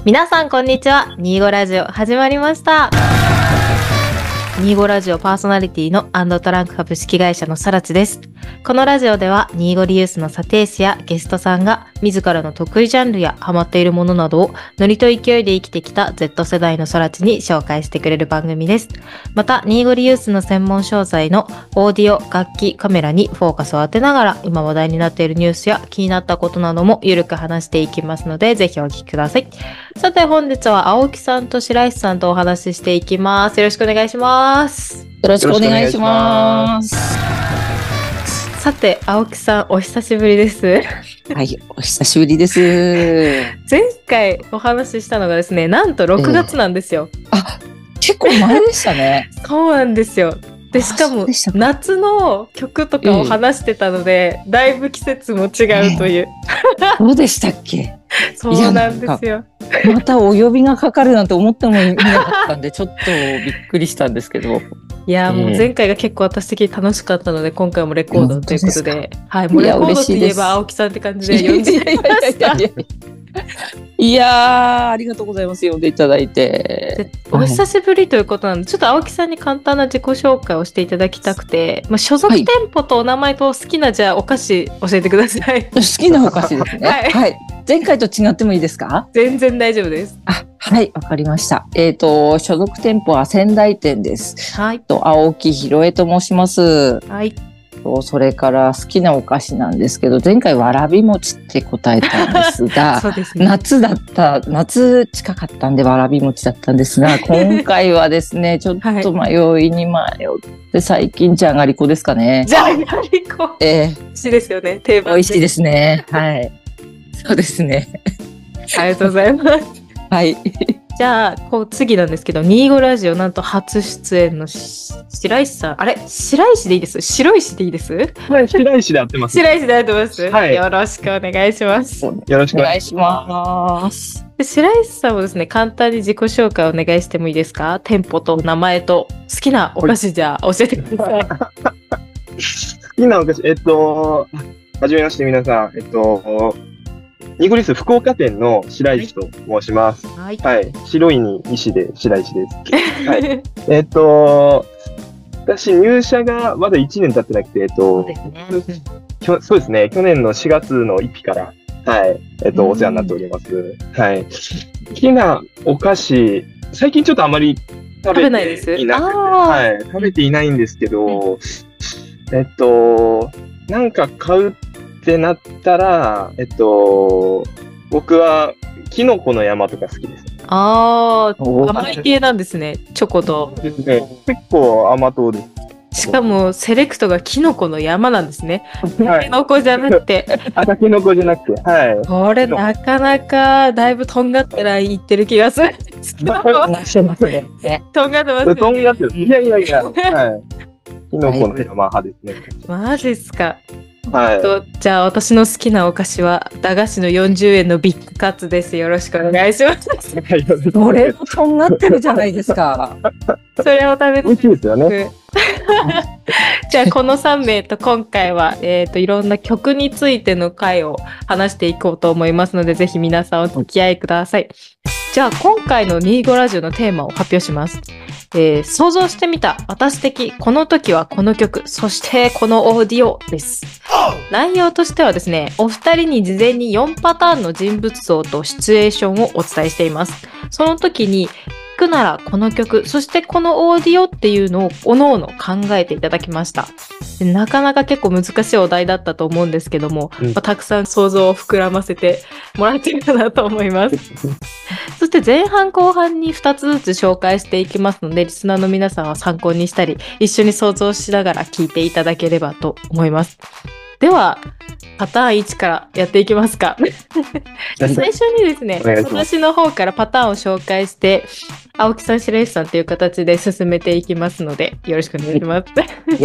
皆さんこんにちは。25ラジオ始まりました。25ラジオパーソナリティのアンドトランク株式会社のさらちです。このラジオでは25リユースの査定士やゲストさんが自らの得意ジャンルやハマっているものなどをノリと勢いで生きてきた Z 世代のさらちに紹介してくれる番組です。また25リユースの専門商材のオーディオ、楽器、カメラにフォーカスを当てながら今話題になっているニュースや気になったことなどもゆるく話していきますのでぜひお聞きください。さて本日は青木さんと白石さんとお話ししていきます。よろしくお願いします。 よろしくお願いします。 さて青木さんお久しぶりです。 はい、お久しぶりです。 前回お話ししたのがですね、なんと6月なんですよ。 あ、結構前でしたね。 そうなんですよ。でしかも夏の曲とかを話してたので、だいぶ季節も違うという。 そうでしたっけ？ そうなんですよ。 またお呼びがかかるなんて思ってもみなかったんでちょっとびっくりしたんですけど。 いやもう前回が結構私的に楽しかったので今回もレコードということで、はい、もうレコードって言えば青木さんって感じで呼んでいただきました。 いやーありがとうございます。呼んでいただいてお久しぶりということなので、ちょっと青木さんに簡単な自己紹介をしていただきたくて、所属店舗とお名前と好きなじゃあお菓子教えてください。 好きなお菓子ですね。はい、はい、前回と違ってもいいですか？ 全然大丈夫です。 あ、はい、わかりました。所属店舗は仙台店です。 はい。 青木ひろえと申します。 はい。 それから好きなお菓子なんですけど、前回わらび餅って答えたんですがそうですね、 夏近かったんでわらび餅だったんですが今回はですねちょっと迷いに迷って最近じゃがりこですかね。 じゃがりこ、美味しいですよね。定番美味しいですね。はい、そうですね。 ありがとうございます。 はい。 じゃあ次なんですけど、25ラジオなんと初出演の白石さん、あれ白石でいいです？白石でいいです？ はい、白石でやってます。 白石でやってます。 はい。 よろしくお願いします。 よろしくお願いします。 白石さんもですね、簡単に自己紹介お願いしてもいいですか？店舗と名前と好きなお菓子じゃあ教えてください。 好きなお菓子、はじめまして皆さん、ニゴリス福岡店の白石と申します。はい。はい、白いに石で白石です。はい。私入社がまだ1年経ってなくて、そうですね。去年の4月の1日から、はい、お世話になっております。はい。好きなお菓子、最近ちょっとあまり食べていなくて、はい、食べていないんですけど、なんか買うってなったら、僕はキノコの山とか好きです。 甘い系なんですね。チョコと。 結構甘党です。 しかもセレクトがキノコの山なんですね。タケノコじゃなくて。 タケノコじゃなくて。はい。 これなかなかだいぶとんがってない言ってる気がするんですけど。とんがってますね。 とんがってる。いや。はい。キノコの山派ですね。 マジっすか。 はい。 じゃあ私の好きなお菓子は駄菓子の40円のビッグカツです。よろしくお願いします。 それもとんがってるじゃないですか。 それを食べて美味しいですよね。 じゃあこの3名と今回はいろんな曲についての回を話していこうと思いますのでぜひ皆さんお付き合いください。じゃあ今回の25ラジオのテーマを発表します。想像してみた私的この時はこの曲、そしてこのオーディオです。内容としてはですね、お二人に事前に4パターンの人物像とシチュエーションをお伝えしています。その時に聞くならこの曲、そしてこのオーディオっていうのをおのおの考えていただきました。でなかなか結構難しいお題だったと思うんですけども、たくさん想像を膨らませてもらってるかなと思います。そして前半後半に2つずつ紹介していきますので、リスナーの皆さんは参考にしたり一緒に想像しながら聞いていただければと思います。ではパターン1からやっていきますか。最初にですね、私の方からパターンを紹介して青木さん、白石さんという形で進めていきますのでよろしくお願いします。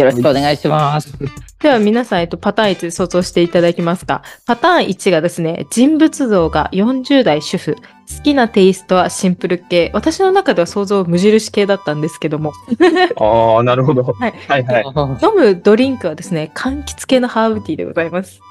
よろしくお願いします。 では皆さん、パターン1想像していただきますか。パターン1がですね、人物像が40代主婦、好きなテイストはシンプル系。私の中では想像無印系だったんですけども。 ああ、なるほど。 はい。 はいはい。 飲むドリンクはですね、柑橘系のハーブティーでございます。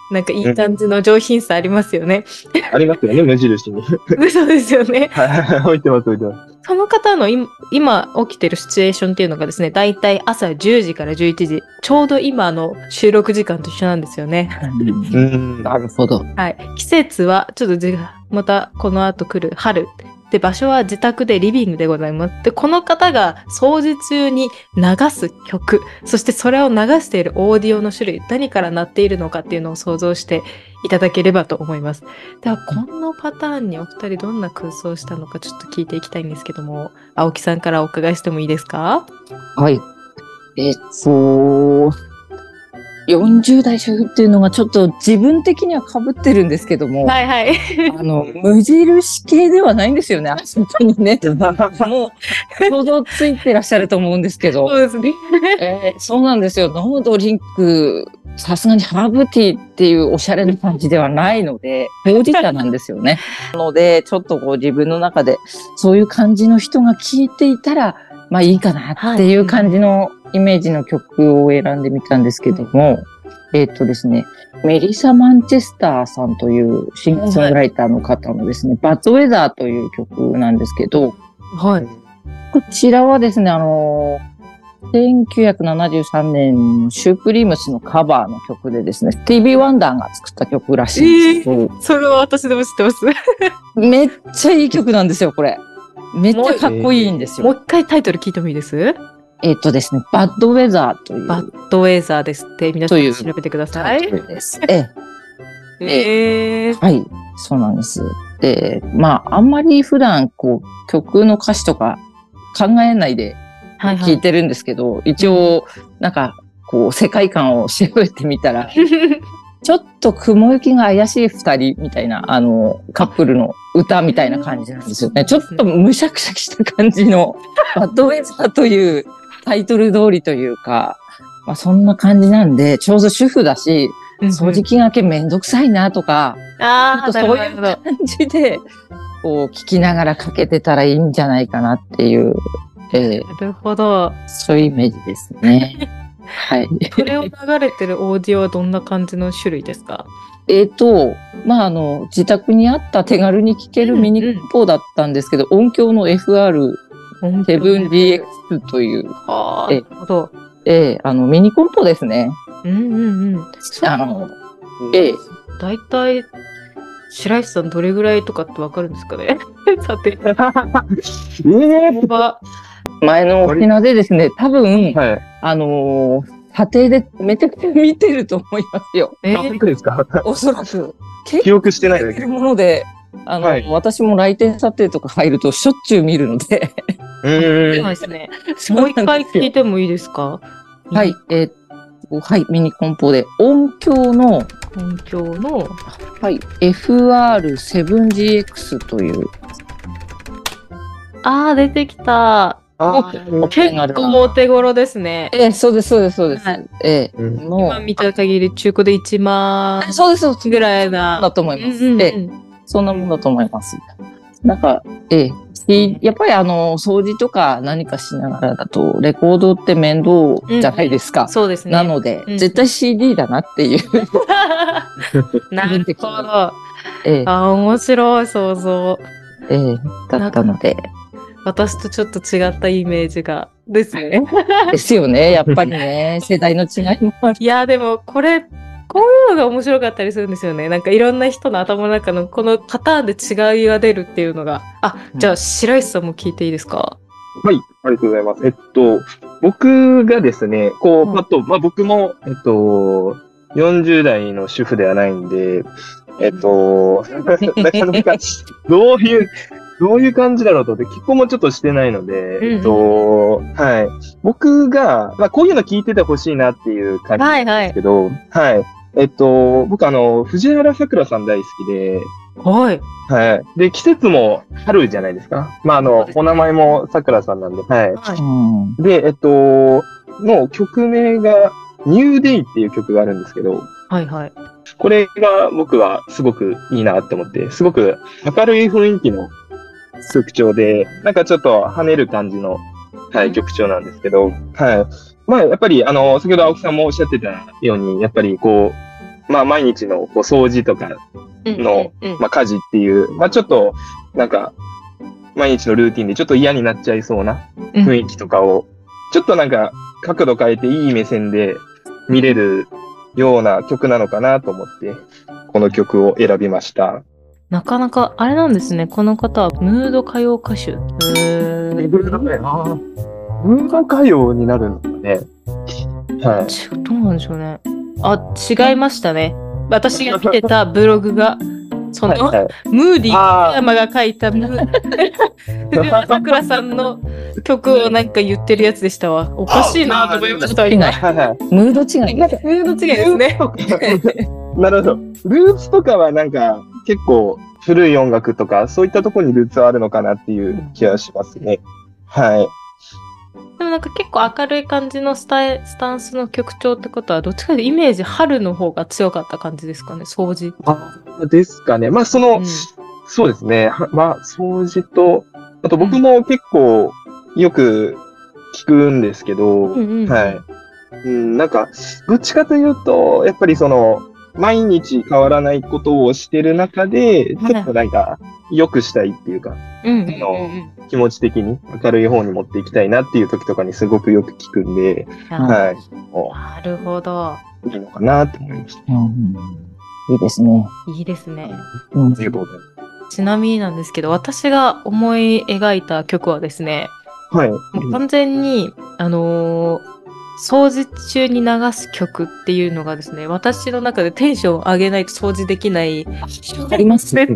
なんかいい感じの上品さありますよね。 ありますよね、無印に。 そうですよね。 はい、置いてます、置いてます。 その方の今起きてるシチュエーションっていうのがですね、だいたい朝10時から11時、ちょうど今の収録時間と一緒なんですよね。 なるほど。 はい。季節は、ちょっとまたこの後来る春。で、場所は自宅でリビングでございます。で、この方が掃除中に流す曲、そしてそれを流しているオーディオの種類、何から鳴っているのかっていうのを想像していただければと思います。では、このパターンにお二人どんな空想をしたのかちょっと聞いていきたいんですけども、青木さんからお伺いしてもいいですか？ はい。40代主婦っていうのがちょっと自分的には被ってるんですけども、 はいはい。 無印系ではないんですよね、本当にね。もう、想像ついてらっしゃると思うんですけど。 そうですね。 そうなんですよ。飲むドリンク、さすがにハーブティーっていうおしゃれな感じではないので、ほうじ茶なんですよね。なので、ちょっとこう自分の中で、そういう感じの人が聴いていたら、まあいいかなっていう感じのイメージの曲を選んでみたんですけども、ですね、メリサ・マンチェスターさんというシンガーソングライターの方のですね、バッドウェザーという曲なんですけど、 はい。 こちらはですね、1973年のシュープリームスのカバーの曲でですね、スティービー・ワンダーが作った曲らしいんですけど、 それは私でも知ってます。 めっちゃいい曲なんですよ、これ。めっちゃかっこいいんですよ。 もう一回タイトル聞いてもいいです？ ですね、バッドウェザーという。 バッドウェザーですって、皆さん調べてください。 です。はい、そうなんです。で、まあ、あんまり普段、こう、曲の歌詞とか考えないで聞いてるんですけど、一応、なんか、こう、世界観を調べてみたら、ちょっと雲行きが怪しい二人みたいな、カップルの歌みたいな感じなんですよね。ちょっとむしゃくしゃした感じの、バッドウェザーというタイトル通りというか、まあそんな感じなんで、ちょうど主婦だし、掃除機がけめんどくさいなとか、ちょっとそういう感じで、こう聞きながらかけてたらいいんじゃないかなっていう、 なるほど。 そういうイメージですね。はい。 それを流れてるオーディオはどんな感じの種類ですか？ まあ、自宅にあった手軽に聴けるミニコンポだったんですけど、音響の FR7DX という、 なるほど。 ミニコンポですね。 だいたい、白石さんどれぐらいとかってわかるんですかね？さて。 前の沖縄でですね、多分、家庭でめちゃくちゃ見てると思いますよ。 本当ですか？ おそらく。 記憶してないだけ。 もので、私も来店査定とか入るとしょっちゅう見るので。 そうですね。もう一回聞いてもいいですか？ はい。ミニコンポで、音響の、はい、FR7GX という。 出てきた。結構お手頃ですね。 そうです。 今見た限り中古で1万ぐらいだと思います。そんなもんだと思います。なんか、やっぱり掃除とか何かしながらだと、レコードって面倒じゃないですか。 そうですね。 なので、絶対 CD だなっていう。 なるほど。面白い想像。 だったので。 私とちょっと違ったイメージがですね。 ですよね。やっぱりね、世代の違いもある。 いや、でもこういうのが面白かったりするんですよね。なんかいろんな人の頭の中のこのパターンで違いが出るっていうのが。じゃあ白石さんも聞いていいですか？ はい、ありがとうございます。僕がですね、僕も、40代の主婦ではないんで、なかなか、どういう感じだろうと思って、結婚もちょっとしてないので、僕が、こういうの聞いててほしいなっていう感じなんですけど、僕藤原さくらさん大好きで、で、季節も春じゃないですか。お名前もさくらさんなんで、で、の曲名が、ニューデイっていう曲があるんですけど、これが僕はすごくいいなって思って、すごく明るい雰囲気の曲調で、なんかちょっと跳ねる感じの、曲調なんですけど、やっぱり、先ほど青木さんもおっしゃってたように、やっぱりこう、 まあ毎日のこう掃除とかの、まあ家事っていう、まあちょっと、なんか、毎日のルーティンでちょっと嫌になっちゃいそうな雰囲気とかを、ちょっとなんか角度変えていい目線で見れるような曲なのかなと思って、この曲を選びました。 なかなか、あれなんですね。この方はムード歌謡歌手。 ムード歌謡になるんですかね。はい。 どうなんでしょうね。あ、違いましたね。私が見てたブログが、その、はいはい、ムーディー山が書いた藤原さくらさんの曲をなんか言ってるやつでしたわ。おかしいなと思いました。 ムード違い。ムード違いですね。 なるほど。ルーツとかはなんか結構古い音楽とかそういったところにルーツはあるのかなっていう気がしますね。はい。 でもなんか結構明るい感じのスタンスの曲調ってことは、どっちかというとイメージ春の方が強かった感じですかね、掃除。 ですかね。まあそうですね。まあ掃除と、あと僕も結構よく聞くんですけど、はい。なんか、どっちかというと、やっぱり毎日変わらないことをしてる中で、ちょっとなんか、良くしたいっていうか、気持ち的に明るい方に持っていきたいなっていう時とかにすごくよく聞くんで、はい。 なるほど。 いいのかなと思いました。 いいですね。 いいですね。 ありがとうございます。 ちなみになんですけど、私が思い描いた曲はですね、 はい。 もう完全に、掃除中に流す曲っていうのがですね、私の中でテンションを上げないと掃除できないありますねって、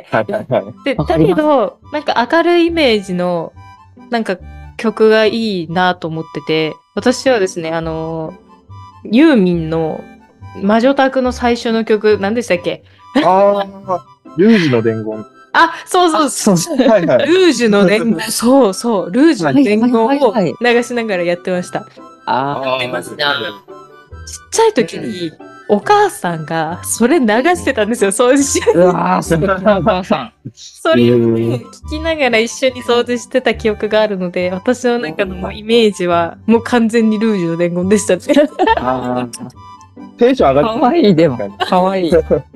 で、 だけど、なんか明るいイメージの、なんか曲がいいなと思ってて、私はですね、ユーミンの魔女宅の最初の曲、何でしたっけ？ ルージュの伝言。 あ、そう。ルージュの伝言。そう、ルージュの伝言を流しながらやってました。 ありますね。 ちっちゃい時に、お母さんがそれ流してたんですよ、掃除中に。 うわー、それお母さん。 それを聞きながら一緒に掃除してた記憶があるので、私の中のイメージはもう完全にルージュの伝言でしたね。 テンション上がってかわいい、でも。かわいい。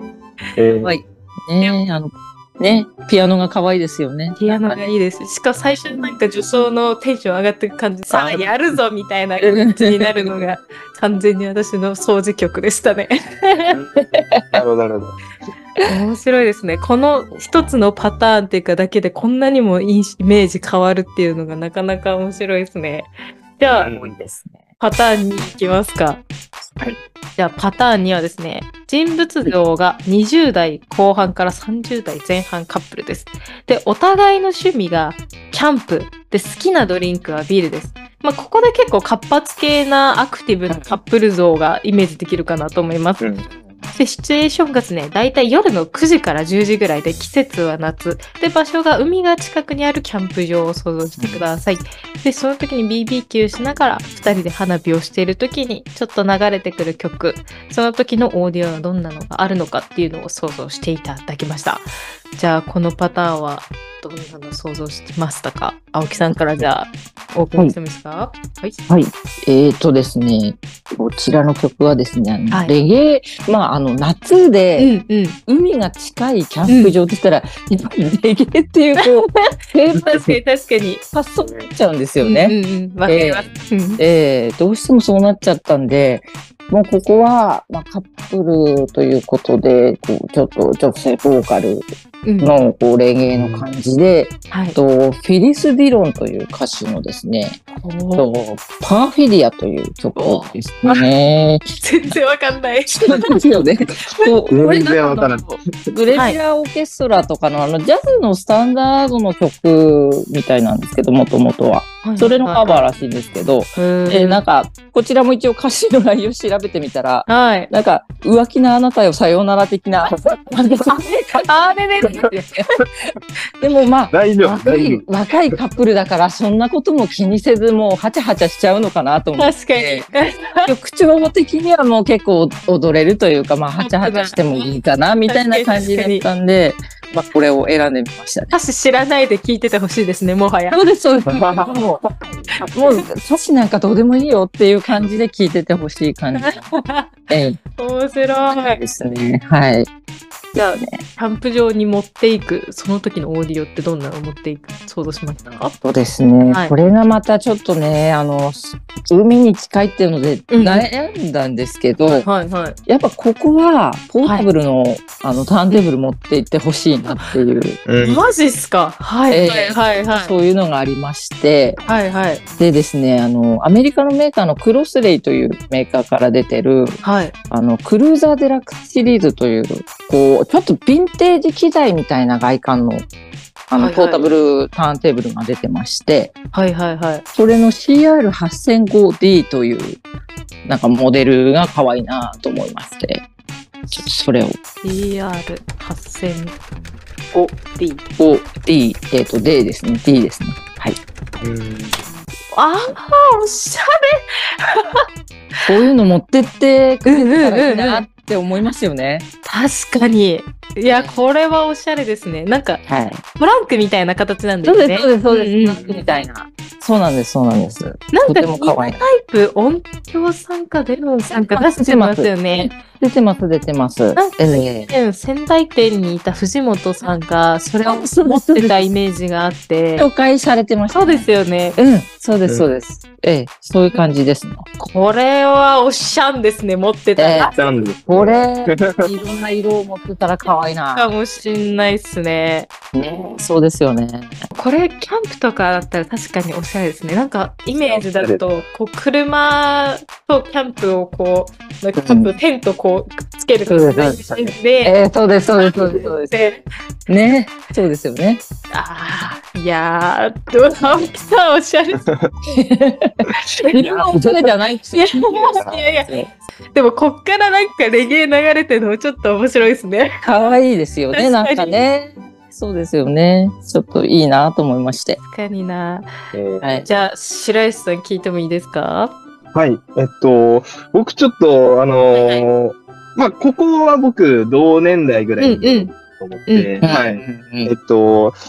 ね、ピアノが可愛いですよね。 ピアノがいいです。しかも最初になんか女装のテンション上がっていく感じで、さあやるぞみたいな感じになるのが完全に私の掃除曲でしたね。 なるほど。 面白いですね。この一つのパターンっていうかだけでこんなにもイメージ変わるっていうのがなかなか面白いですね。じゃあ、パターンに行きますか。 はい。 じゃあパターンにはですね、人物像が20代後半から30代前半カップルです。で、お互いの趣味がキャンプで、好きなドリンクはビールです。まあ、ここで結構活発系なアクティブなカップル像がイメージできるかなと思います。で、シチュエーションがですね、だいたい夜の9時から10時ぐらいで、季節は夏。で、場所が海が近くにあるキャンプ場を想像してください。で、その時に BBQ しながら、2人で花火をしている時に、ちょっと流れてくる曲、その時のオーディオはどんなのがあるのかっていうのを想像していただきました。じゃあ、このパターンは、どんなの想像してましたか？青木さんからじゃあ、オープンしてますか？ はい。ですね、こちらの曲はですね、レゲエ、夏で、海が近いキャンプ場って言ったら、やっぱりレゲエっていう、こう、 確かに。 発想になっちゃうんですよね。 わかります。 どうしてもそうなっちゃったんで、もうここは、カップルということで、こうちょっと女性ボーカルのこうレゲエの感じで、フィリス・ディロンという歌手のですね、パーフィディアという曲ですね。 全然わかんない。 そうですよね。 全然わからない。 グレジュラーオーケストラとかのジャズのスタンダードの曲みたいなんですけど、もともとは。それのカバーらしいんですけど、なんか、こちらも一応歌詞の内容調べてみたら、なんか、浮気なあなたよさようなら的な。でも若いカップルだから、そんなことも気にせず、もう、はちゃはちゃしちゃうのかなと思って。 確かに。 曲調的にはもう結構踊れるというか、はちゃはちゃしてもいいかな、みたいな感じだったんで、これを選んでみましたね。 歌詞知らないで聞いててほしいですね、もはや。 そうです。 もう歌詞なんかどうでもいいよっていう感じで聞いててほしい感じ。 面白い。 ですね。はい。 じゃあ、キャンプ場に持っていく、その時のオーディオってどんなのを持っていく想像しましたか？ そうですね。 はい、 これがまたちょっとね、海に近いっていうので悩んだんですけど、 はいはい。 やっぱここはポータブルの、ターンテーブル持って行ってほしいなっていう。 マジっすか？はいはいはい。 そういうのがありまして、 はいはい。 でですね、アメリカのメーカーのクロスレイというメーカーから出てる、 はい、 クルーザーデラックスシリーズという、こう、ちょっとヴィンテージ機材みたいな外観の、 はいはい、 ポータブルターンテーブルが出てまして、 はいはいはい。 それの CR8005D という、なんかモデルが可愛いなと思いまして、ちょっとそれを。 CR8005D。 D、D ですね。D ですね。はい。 ああ、おしゃこういうの持ってってくれたらいいなって思いますよね。 確かに。いや、これはおしゃれですね。なんか、 はい、 トランクみたいな形なんですね。 そうです、そうです、そうです。トランクみたいな。そうなんです、そうなんです。 なんか、 とても可愛い。 タイプ、音響さんかデロンさんか出してますよね。 出てます、出てます。 なんか、仙台店にいた藤本さんが、それを持ってたイメージがあって。 紹介されてました、 そうですよね。 うん、そうです、そうです。そういう感じですの。 これはおっしゃんですね、持ってたら。 これ、いろんな色を持ってたら可愛いな。 かもしんないっすね。 ね、そうですよね。 これ、キャンプとかだったら確かにおしゃれですね。なんか、イメージだと、こう、車とキャンプをこう、キャンプ、テントこう、くっつけるとかで、 そうです、そうです、そうです、そうです。ね、そうですよね。 ああ、いやー、どうだ、青木さんおしゃれ。 いや、おしゃれじゃないっすよ。 いやいや、でもこっからなんかレゲエ流れてるのもちょっと面白いですね。 可愛いですよね、なんかね。そうですよね。ちょっといいなと思いまして。 確かにな。じゃあ、白石さん聞いてもいいですか？ はい。僕ちょっと、まあ、ここは僕、同年代ぐらいにと思って、はい。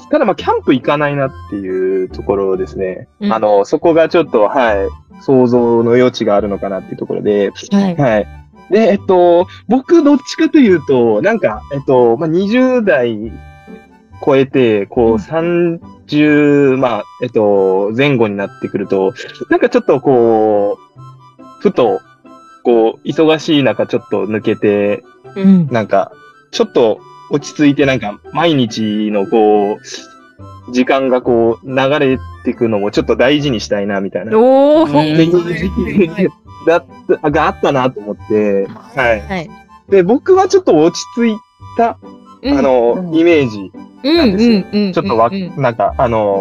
ただまあ、キャンプ行かないなっていうところですね。そこがちょっと、はい、想像の余地があるのかなっていうところで、はい。で、僕、どっちかというと、なんか、まあ、20代超えて、こう、30、まあ、前後になってくると、なんかちょっとこう、ふと、こう、忙しい中ちょっと抜けて、なんか、ちょっと落ち着いて、なんか、毎日のこう、時間がこう、流れていくのもちょっと大事にしたいな、みたいな。があったなと思って、はい。で、僕はちょっと落ち着いた、イメージなんですよ。ちょっとなんか、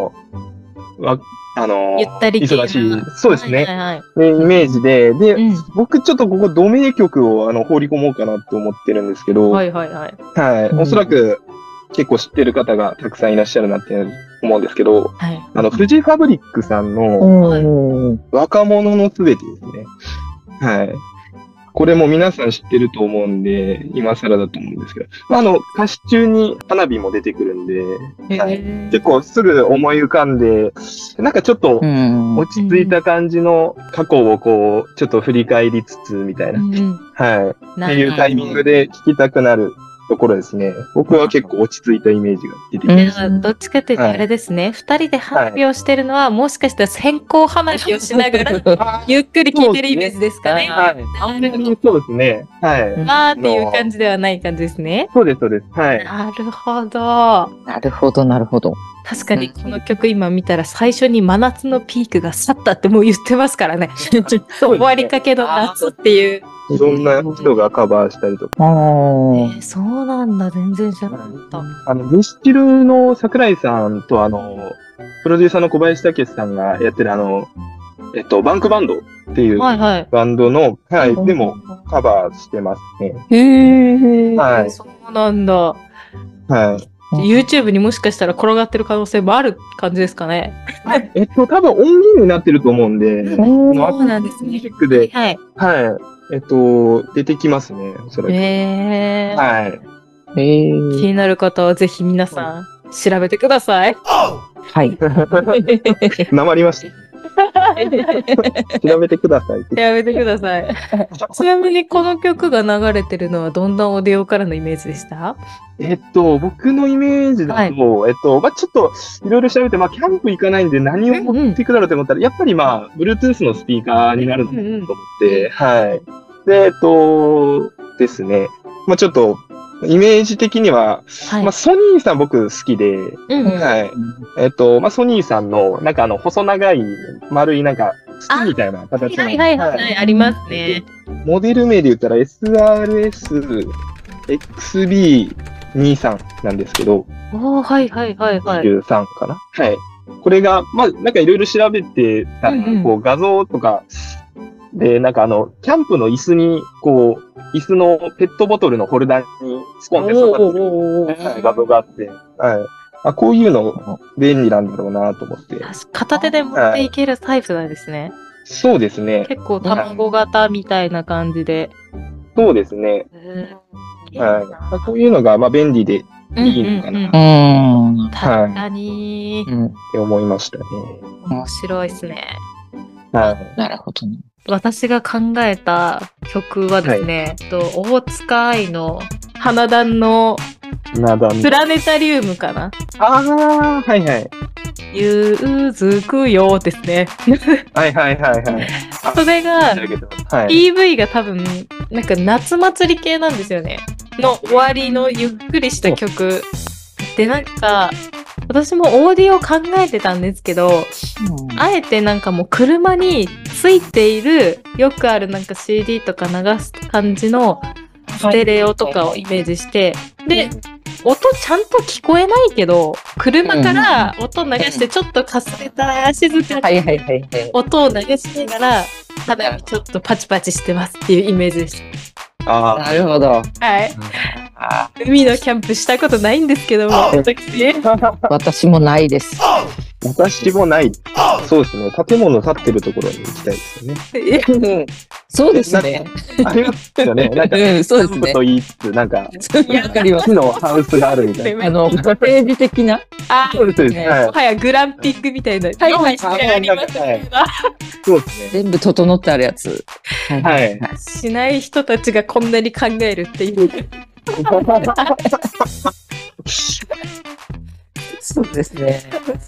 ゆったり忙しい。そうですね。イメージで、僕ちょっとここ、ドメ曲を放り込もうかなと思ってるんですけど、はい。おそらく結構知ってる方がたくさんいらっしゃるなって思うんですけど、フジファブリックさんの若者のすべてですね。はい。これも皆さん知ってると思うんで、今更だと思うんですけど、歌詞中に花火も出てくるんで、結構すぐ思い浮かんで、なんかちょっと落ち着いた感じの過去をこう、ちょっと振り返りつつみたいな、はい。っていうタイミングで聴きたくなるところですね。僕は結構落ち着いたイメージが出てきます。 どっちかというとあれですね、二人で花火をしてるのは、もしかしたら線香花火をしながら、ゆっくり聴いてるイメージですかね。 そうですね。はい。 まあっていう感じではない感じですね。 そうです、そうです。はい。 なるほど。 なるほど、なるほど。 確かにこの曲今見たら最初に真夏のピークが去ったってもう言ってますからね。終わりかけの夏っていう。 いろんな人がカバーしたりとか。 そうなんだ。全然知らなかった。 ミスチルの桜井さんとプロデューサーの小林武史さんがやってるバンクバンドっていうバンドの、はい、でもカバーしてますね。 はい。そうなんだ。 はい。 YouTube にもしかしたら転がってる可能性もある感じですかね。 多分音源になってると思うんで、 そうなんですね。 で、はい。出てきますね、それ。はい。 気になる方はぜひ皆さん調べてください。 はい。 なまりました。 調べてください。 やめてください。ちなみにこの曲が流れてるのはどんなオーディオからのイメージでした？ 僕のイメージだと、ちょっといろいろ調べて、キャンプ行かないんで何を持っていくだろうと思ったら、やっぱりBluetooth のスピーカーになるのかなと思って、はい。で、ですね。ちょっと、イメージ的には、ソニーさん僕好きで、はい。ソニーさんの、細長い、丸い、筒みたいな形の。 ありますね。 モデル名で言ったら SRS XB23 なんですけど。 はい。 23かな。はい。これが、いろいろ調べてたら、画像とか、で、キャンプの椅子に、椅子のペットボトルのホルダーにスポンって刺さってる画像があって、はい。こういうの便利なんだろうなと思って。 片手で持っていけるタイプなんですね。 そうですね。 結構卵型みたいな感じで。 そうですね。はい。こういうのが、便利でいいのかな。 確かに。 って思いましたね。 面白いですね。 なるほどね。 私が考えた曲はですね、大塚愛の花壇のプラネタリウムかな。 はい。 ゆづくよですね。 はい。 それが、PV が多分、夏祭り系なんですよね。の終わりのゆっくりした曲。で、私もオーディオ考えてたんですけど、あえてもう車についている、よくあるCD とか流す感じのステレオとかをイメージして、で、音ちゃんと聞こえないけど、車から音流してちょっとかすれた静かに音を流しながら、肌にちょっとパチパチしてますっていうイメージでした。 なるほど。 はい。海のキャンプしたことないんですけども、 私もないです。 私もない。そうですね。建物建ってるところに行きたいですよね。 そうですね。 ありますよね。 そうですね。 と言いつつ、 わかります。 木のハウスがあるみたいな。 コテージ的な。 そうですね。 もはやグランピングみたいな。 そうですね。 全部整ってあるやつ。 はい。 しない人たちがこんなに考えるっていう。 そうですね。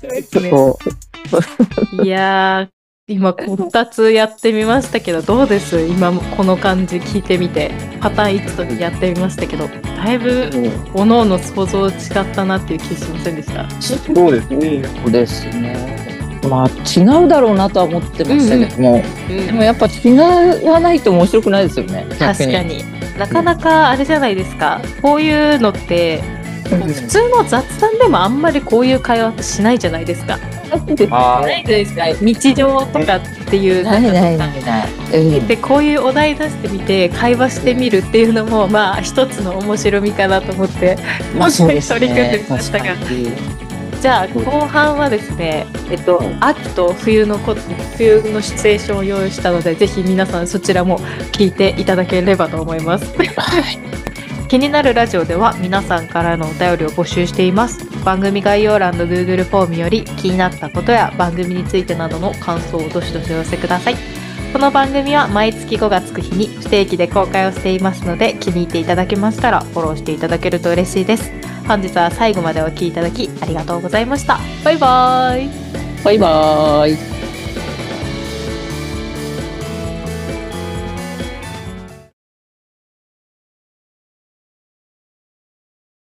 いやー、今こたつやってみましたけど、どうです？今この感じ聞いてみて、パターンいくつにやってみましたけど、だいぶ各々想像違ったなっていう気しませんでした？ そうですね。 そうですね。違うだろうなとは思ってましたけども、でもやっぱ違わないと面白くないですよね。 確かに。なかなかあれじゃないですか。こういうのって、普通の雑談でもあんまりこういう会話ってしないじゃないですか。ないじゃないですか。日常とかっていう。 ない。 で、こういうお題出してみて、会話してみるっていうのも、一つの面白みかなと思って、取り組んでみましたが。じゃあ、後半はですね、秋と冬のシチュエーションを用意したので、ぜひ皆さんそちらも聞いていただければと思います。気になるラジオでは皆さんからのお便りを募集しています。番組概要欄の Google フォームより気になったことや番組についてなどの感想をどしどしお寄せください。この番組は毎月5がつく日に不定期で公開をしていますので、気に入っていただけましたらフォローしていただけると嬉しいです。本日は最後までお聞きいただきありがとうございました。バイバーイ。 バイバーイ。